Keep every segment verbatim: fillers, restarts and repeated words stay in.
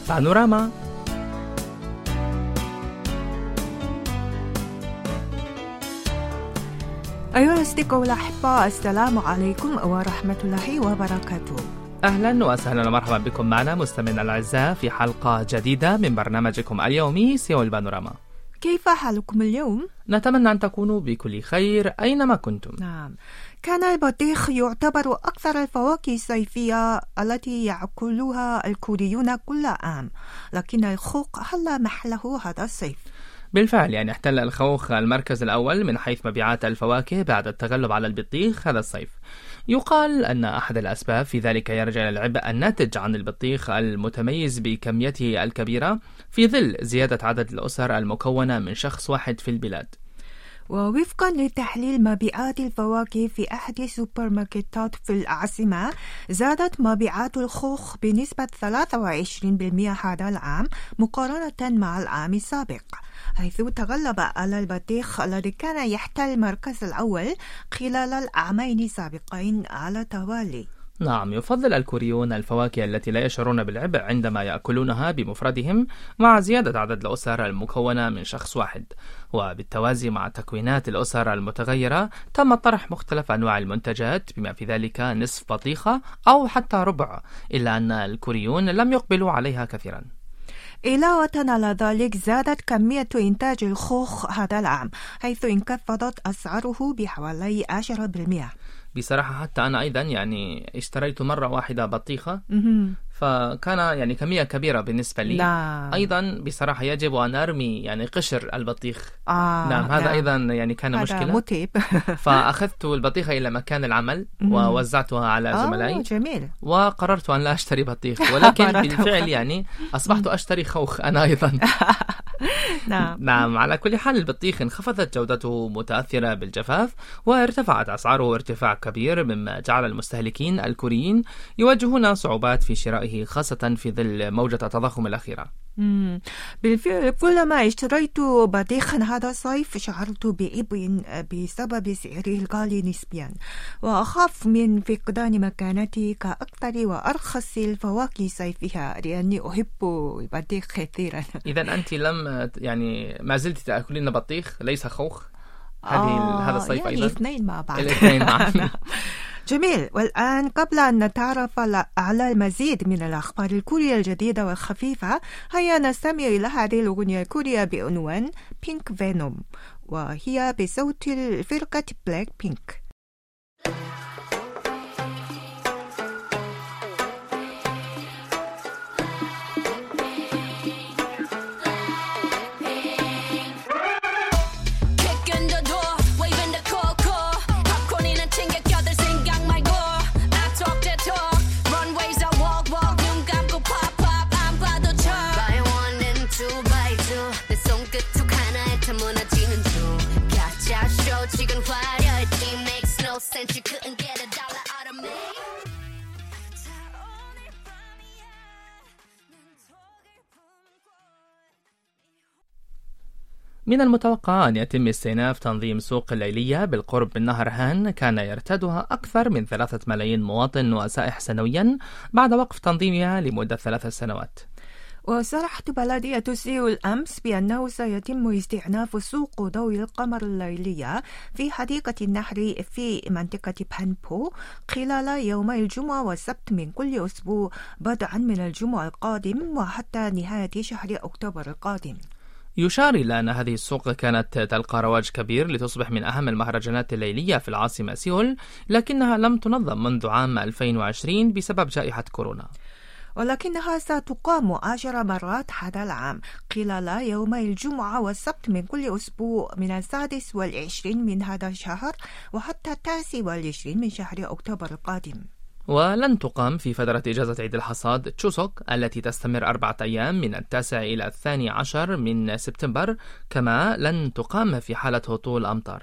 بانوراما. أيها الأصدقاء الأحباء، السلام عليكم ورحمة الله وبركاته. أهلا وسهلا ومرحبا بكم معنا مستمعينا الأعزاء في حلقة جديدة من برنامجكم اليومي سيول بانوراما. كيف حالكم اليوم؟ نتمنى أن تكونوا بكل خير أينما كنتم. نعم، كان البطيخ يعتبر أكثر الفواكه الصيفية التي يأكلها الكوريون كل عام، لكن الخوخ حل محله هذا الصيف. بالفعل يعني احتل الخوخ المركز الأول من حيث مبيعات الفواكه بعد التغلب على البطيخ هذا الصيف. يقال أن أحد الأسباب في ذلك يرجع إلى العبء الناتج عن البطيخ المتميز بكميته الكبيرة في ظل زيادة عدد الأسر المكونة من شخص واحد في البلاد. ووفقا لتحليل مبيعات الفواكه في أحد السوبر ماركتات في العاصمة، زادت مبيعات الخوخ بنسبة ثلاثة وعشرين بالمئة هذا العام مقارنة مع العام السابق، حيث تغلب على البطيخ الذي كان يحتل المركز الأول خلال العامين السابقين على التوالي. نعم، يفضل الكوريون الفواكه التي لا يشعرون بالعبء عندما يأكلونها بمفردهم مع زيادة عدد الأسر المكونة من شخص واحد، وبالتوازي مع تكوينات الأسر المتغيرة تم طرح مختلف أنواع المنتجات بما في ذلك نصف بطيخة أو حتى ربع، إلا أن الكوريون لم يقبلوا عليها كثيرا. علاوة على ذلك، زادت كمية إنتاج الخوخ هذا العام، حيث انخفضت أسعاره بحوالي عشرة بالمئة. بصراحة حتى أنا أيضا يعني اشتريت مرة واحدة بطيخة، فكان يعني كمية كبيرة بالنسبة لي. لا. أيضا بصراحة يجب أن أرمي يعني قشر البطيخ. آه نعم، هذا لا. أيضا يعني كان هذا مشكلة متعب. فأخذت البطيخة إلى مكان العمل ووزعتها على زملائي. آه جميل. وقررت أن لا أشتري بطيخ، ولكن بالفعل يعني أصبحت أشتري خوخ أنا أيضا. نعم. نعم، على كل حال البطيخ انخفضت جودته متأثرة بالجفاف، وارتفعت أسعاره ارتفاع كبير، مما جعل المستهلكين الكوريين يواجهون صعوبات في شرائه، خاصة في ظل موجة التضخم الأخيرة. مم. بالفعل كلما اشتريت بطيخا هذا الصيف شعرت بعبء بسبب سعره الغالي نسبيا، وأخاف من فقدان مكانتي كأكثر وأرخص الفواكه الصيفية، لأني أحب البطيخ كثيرا. إذا أنت لم يعني ما زلت تأكلين بطيخ ليس خوخ هذه آه هذا الصيف يعني أيضا؟ الاثنين مع بعض. الاثنين معا. جميل. والآن قبل أن نتعرف على المزيد من الأخبار الكورية الجديدة والخفيفة، هيا نستمع إلى هذه الأغنية الكورية بعنوان بينك فينوم، وهي بصوت الفرقة بلاك بينك. من المتوقع أن يتم استئناف تنظيم سوق الليلية بالقرب من نهر هان، كان يرتادها أكثر من ثلاثة ملايين مواطن وسائح سنويا بعد وقف تنظيمها لمدة ثلاث سنوات. وصرحت بلدية سيول أمس بأنه سيتم استئناف سوق ضوء القمر الليلية في حديقة النهر في منطقة بانبو خلال يوم الجمعة والسبت من كل أسبوع، بدءا من الجمعة القادم وحتى نهاية شهر أكتوبر القادم. يشار إلى أن هذه السوق كانت تلقى رواج كبير لتصبح من أهم المهرجانات الليلية في العاصمة سيول، لكنها لم تنظم منذ عام ألفين وعشرين بسبب جائحة كورونا، ولكنها ستقام عشر مرات هذا العام خلال يوم الجمعة والسبت من كل أسبوع من السادس والعشرين من هذا الشهر وحتى التاسع والعشرين من شهر أكتوبر القادم. ولن تقام في فترة إجازة عيد الحصاد تشوسوك التي تستمر أربعة أيام من التاسع إلى الثاني عشر من سبتمبر، كما لن تقام في حالة هطول أمطار.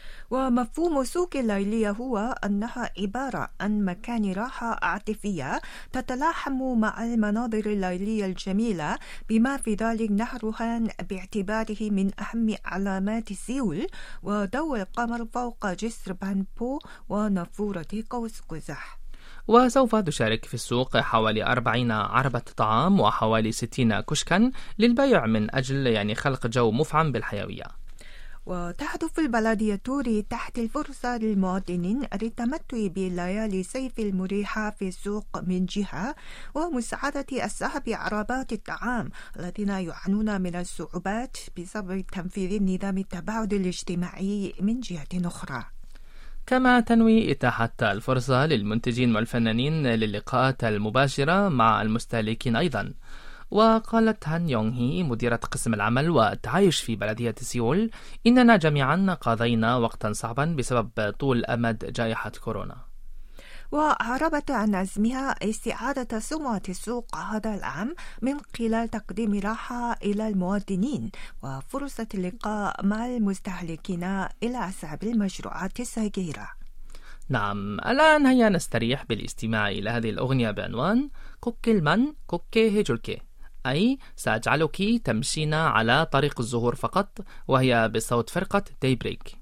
ومفهوم سوق الليلية هو أنها عبارة عن مكان راحة عاطفية تتلاحم مع المناظر الليلية الجميلة، بما في ذلك نهر هان باعتباره من أهم علامات سيول، وضوء القمر فوق جسر بانبو ونافورة قوس قزح. وسوف تشارك في السوق حوالي أربعين عربة طعام وحوالي ستين كشكا للبيع من أجل يعني خلق جو مفعم بالحيوية. وتهدف البلدية لتحت الفرصة للمواطنين للتمتع بليالي صيف المريحة في السوق من جهة، ومساعدة أصحاب عربات الطعام الذين يعانون من الصعوبات بسبب تنفيذ النظام التباعد الاجتماعي من جهة أخرى. كما تنوي إتاحة الفرصة للمنتجين والفنانين للقاءات المباشرة مع المستهلكين أيضا. وقالت هان يونغ هي مديرة قسم العمل والتعايش في بلدية سيول: إننا جميعا قضينا وقتا صعبا بسبب طول أمد جائحة كورونا. وأعربت عن عزمها استعادة سمعة السوق هذا العام من خلال تقديم راحة إلى المواطنين وفرصة اللقاء مع المستهلكين إلى أصحاب المشروعات الصغيرة. نعم، الآن هيا نستريح بالاستماع إلى هذه الأغنية بعنوان كوكيلمان كوكي هيجولكي، أي سأجعلك تمشين على طريق الزهور فقط، وهي بصوت فرقة دايبريك.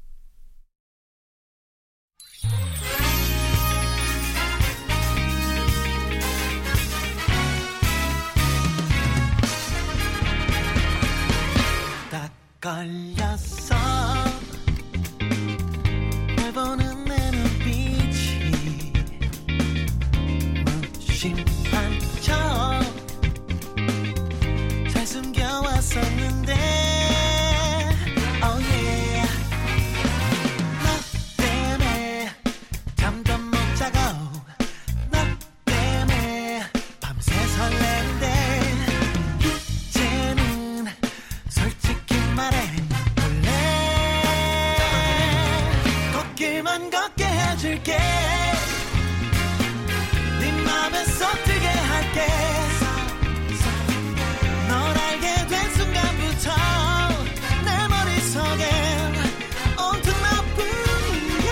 걸렸어 날 보는 내 눈빛이 무심한 척 잘 숨겨왔었는데 oh yeah 너 때문에 잠도 못 자고 너 때문에 밤새 설레는데 이제는 솔직히 말해 볼래 걷길만 걷게 해줄게 네 맘에 쏙들게 할게 널 알게 된 순간부터 내 머릿속엔 온통 너뿐이야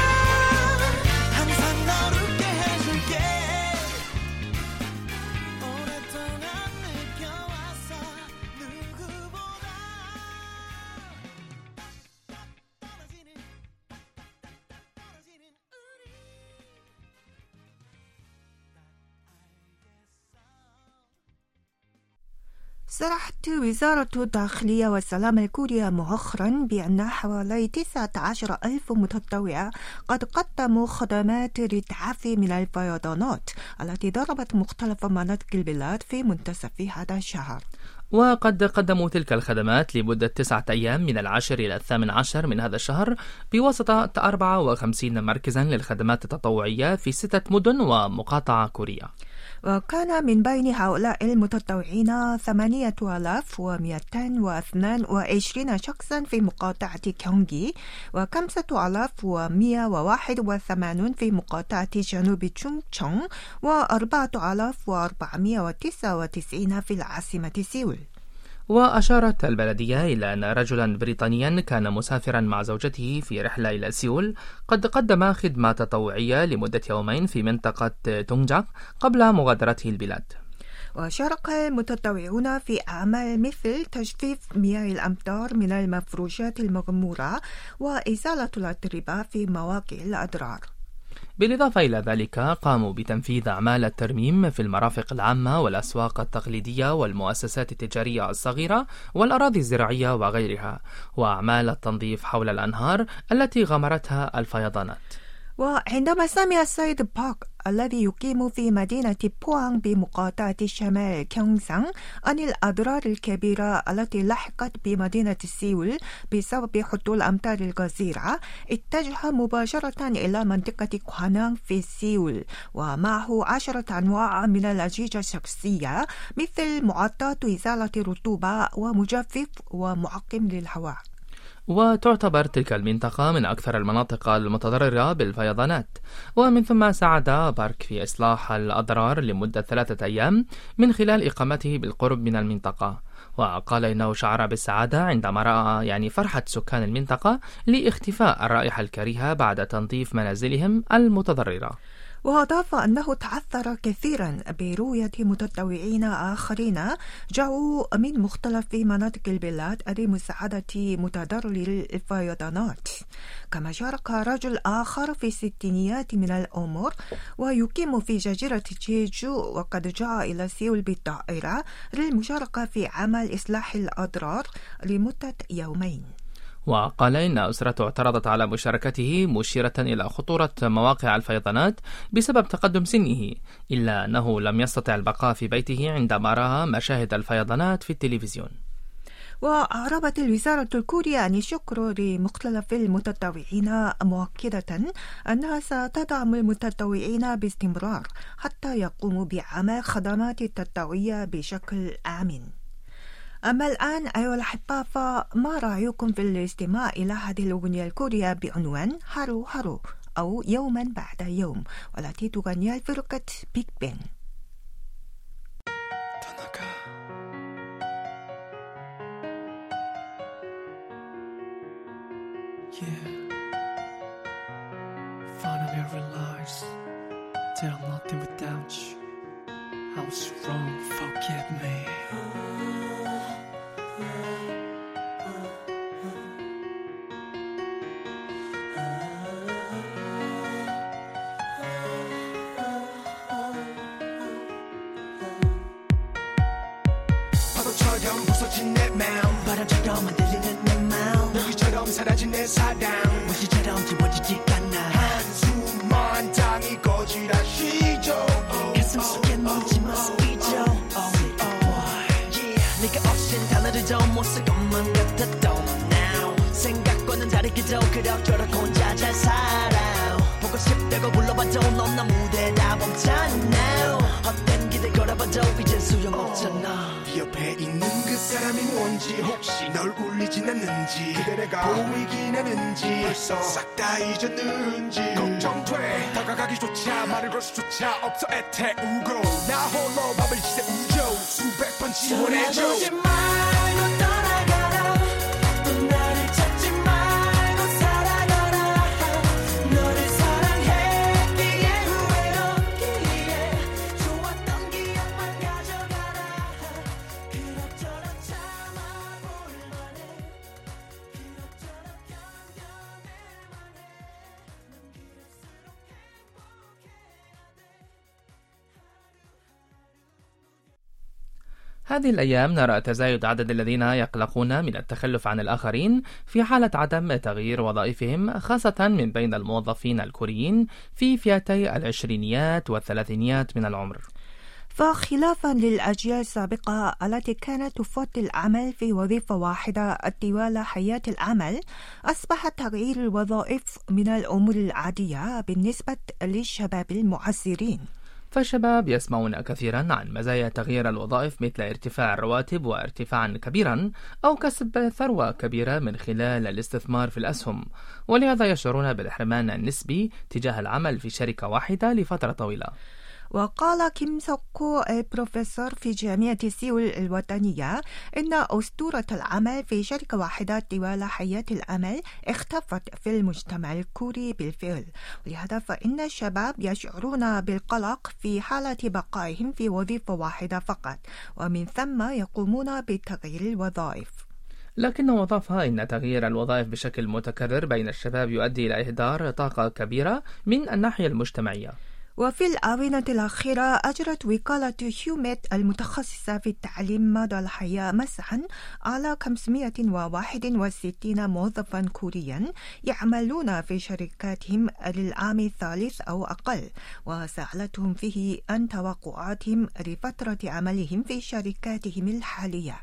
항상 널 웃게 해줄게 오랫동안 느껴왔어 누구보다 떨어지는 떨어지는 우리 صرحت وزارة الداخلية والسلامة الكورية مؤخرا بأن حوالي تسعة عشر ألف متطوع قد قدموا خدمات للتعافي من الفيضانات التي ضربت مختلف مناطق البلاد في منتصف هذا الشهر. وقد قدموا تلك الخدمات لمدة تسعة أيام من العاشر إلى الثامن عشر من هذا الشهر بواسطة أربعة وخمسين مركزا للخدمات التطوعية في ستة مدن ومقاطعة كورية. وكان من بين هؤلاء المتطوعين ثمانية آلاف ومئتين واثنين وعشرين شخصا في مقاطعة كيونغي وخمسة آلاف ومئة وواحد وثمانين في مقاطعة جنوب تشونغ وأربعة آلاف وأربعمئة وتسعة وتسعين في العاصمة سيول. وأشارت البلدية إلى أن رجلا بريطانيا كان مسافرا مع زوجته في رحلة إلى سيول قد قدم خدمة تطوعية لمدة يومين في منطقة تونجاك قبل مغادرته البلاد. وشارك المتطوعون في أعمال مثل تجفيف مياه الأمطار من المفروشات المغمورة وإزالة الأتربة في مواقع الأضرار. بالإضافة إلى ذلك قاموا بتنفيذ أعمال الترميم في المرافق العامة والأسواق التقليدية والمؤسسات التجارية الصغيرة والأراضي الزراعية وغيرها، وأعمال التنظيف حول الأنهار التي غمرتها الفيضانات. وعندما سمع السيد باك الذي يقيم في مدينة بوانغ بمقاطعة شمال كيونغسان عن الأضرار الكبيرة التي لحقت بمدينة سيول بسبب هطول الأمطار الغزيرة، اتجه مباشرة إلى منطقة كوانانغ في سيول ومعه عشرة أنواع من الأجهزة الشخصية مثل معطاة إزالة الرطوبة ومجفف ومعقم للهواء. وتعتبر تلك المنطقة من أكثر المناطق المتضررة بالفيضانات، ومن ثم ساعد بارك في إصلاح الأضرار لمدة ثلاثة أيام من خلال إقامته بالقرب من المنطقة. وقال إنه شعر بالسعادة عندما رأى يعني فرحة سكان المنطقة لاختفاء الرائحة الكريهة بعد تنظيف منازلهم المتضررة. وأضاف أنه تعثر كثيرا برؤية متطوعين آخرين جاءوا من مختلف مناطق البلاد لمساعدة متضرري الفيضانات. كما شارك رجل آخر في الستينيات من العمر ويقيم في جزيرة جيجو، وقد جاء إلى سيول بالطائرة للمشاركة في عمل إصلاح الأضرار لمدة يومين. وقال إن أسرته اعترضت على مشاركته مشيرة إلى خطورة مواقع الفيضانات بسبب تقدم سنه، إلا أنه لم يستطع البقاء في بيته عندما رأى مشاهد الفيضانات في التلفزيون. وأعربت الوزارة الكورية عن الشكر لمختلف المتطوعين، مؤكدة أنها ستدعم المتطوعين باستمرار حتى يقوموا بعمل خدمات التطوعية بشكل آمن. أما الآن أيها الأحبة، فما رأيكم في الاستماع إلى هذه الأغنية الكورية بعنوان هارو هارو أو يوما بعد يوم، والتي تغنيها فرقة بيج بان. Yeah. Finally I realized that I'm nothing without you. I was wrong, forgive me. 파도처럼 부서진 내 마음, 바람처럼 흔들리는 내 마음, 너희처럼 사라진 내 사랑, 무시처럼 지워지지 않아. 한숨만 당이 거지라 쉬죠. 가슴 속에 묻지마 스피죠. 네가 없인 단어를 더 못 쓸 것만 같았던 now. 생각과는 다르게도 그럭저럭 혼자 잘 살아. 보고 싶다고 불러봐도 넌 나 무대다 멈췄나. 헛된 기대 걸어봐도 이젠 소용없잖아. 네 옆에 있는 그 사람이 뭔지, 혹시 널 울리진 않는지, 그대 내가 보이긴 하는지, 벌써 싹 다 잊었는지 걱정돼. 다가가기조차 말을 걸 수조차 없어 애태우고, 나 홀로 밤을 지새우죠. 수백 번 지원해줘. 떠나보지 말고 떠나가라. 또 나를 찾지 말고 살아가라. 너를 사랑했기에 후회롭기에 좋았던 기억만 가져가라. 그럭저럭 참아볼 만해. 그럭저럭 견뎌낼 만해. 넌 그럴수록 행복해야 돼. هذه الأيام نرى تزايد عدد الذين يقلقون من التخلف عن الآخرين في حالة عدم تغيير وظائفهم، خاصة من بين الموظفين الكوريين في فئتي العشرينيات والثلاثينيات من العمر. فخلافا للأجيال السابقة التي كانت تفضل العمل في وظيفة واحدة طوال حياة العمل، أصبح تغيير الوظائف من الأمور العادية بالنسبة للشباب المعاصرين. فالشباب يسمعون كثيرا عن مزايا تغيير الوظائف مثل ارتفاع الرواتب وارتفاعا كبيرا أو كسب ثروة كبيرة من خلال الاستثمار في الأسهم، ولهذا يشعرون بالحرمان النسبي تجاه العمل في شركة واحدة لفترة طويلة. وقال كيم سوكو البروفيسور في جامعة سيول الوطنية إن أسطورة العمل في شركة واحدة طوال حياة العمل اختفت في المجتمع الكوري بالفعل، ولهذا فإن الشباب يشعرون بالقلق في حالة بقائهم في وظيفة واحدة فقط، ومن ثم يقومون بتغيير الوظائف. لكنه أضاف إن تغيير الوظائف بشكل متكرر بين الشباب يؤدي إلى إهدار طاقة كبيرة من الناحية المجتمعية. وفي الآونة الأخيرة أجرت وكالة هيوميت المتخصصة في التعليم مدى الحياة مسحا على خمسمائة وواحد وستين موظفا كوريا يعملون في شركاتهم للعام الثالث أو أقل، وسألتهم فيه عن توقعاتهم لفترة عملهم في شركاتهم الحالية.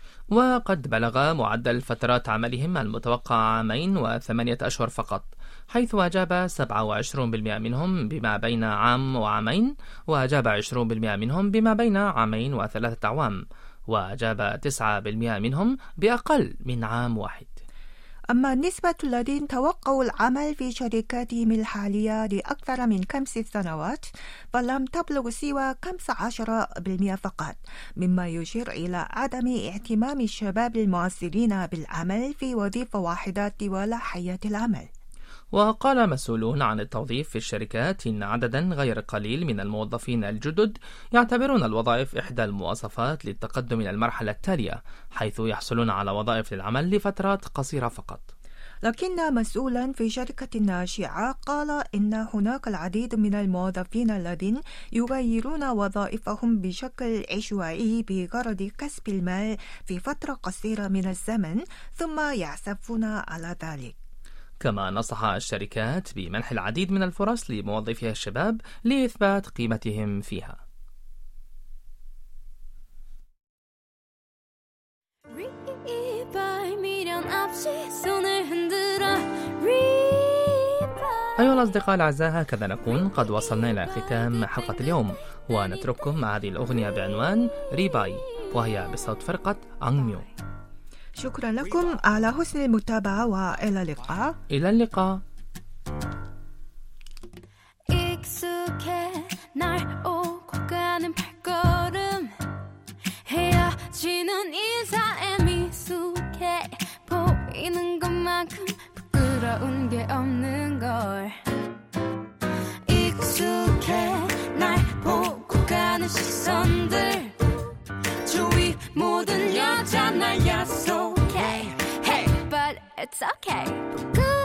وقد بلغ معدل فترات عملهم المتوقع عامين وثمانية أشهر فقط، حيث أجاب سبعة وعشرين بالمئة منهم بما بين عام وعامين، وأجاب عشرين بالمئة منهم بما بين عامين وثلاثة أعوام، وأجاب تسعة بالمئة منهم بأقل من عام واحد. أما نسبة الذين توقعوا العمل في شركاتهم الحالية لأكثر من خمس سنوات فلم تبلغ سوى خمسة عشر بالمئة فقط، مما يشير إلى عدم اهتمام الشباب المعاصرين بالعمل في وظيفة واحدة طوال حياة العمل. وقال مسؤولون عن التوظيف في الشركات إن عددا غير قليل من الموظفين الجدد يعتبرون الوظائف إحدى المواصفات للتقدم إلى المرحلة التالية، حيث يحصلون على وظائف للعمل لفترات قصيرة فقط. لكن مسؤولا في شركة ناشئة قال إن هناك العديد من الموظفين الذين يغيرون وظائفهم بشكل عشوائي بغرض كسب المال في فترة قصيرة من الزمن ثم يعزفون على ذلك. كما نصح الشركات بمنح العديد من الفرص لموظفيها الشباب لإثبات قيمتهم فيها. أيها الأصدقاء الأعزاء، هكذا نكون قد وصلنا إلى ختام حلقة اليوم، ونترككم مع هذه الأغنية بعنوان ريباي، وهي بصوت فرقة أنغميو. شكرا لكم على حسن المتابعة وإلى اللقاء. إلى اللقاء. 부끄러운 게 없는 걸 익숙해 날 보고 가는 시선들 주위 모든 여자 날 약속해 Hey, but it's okay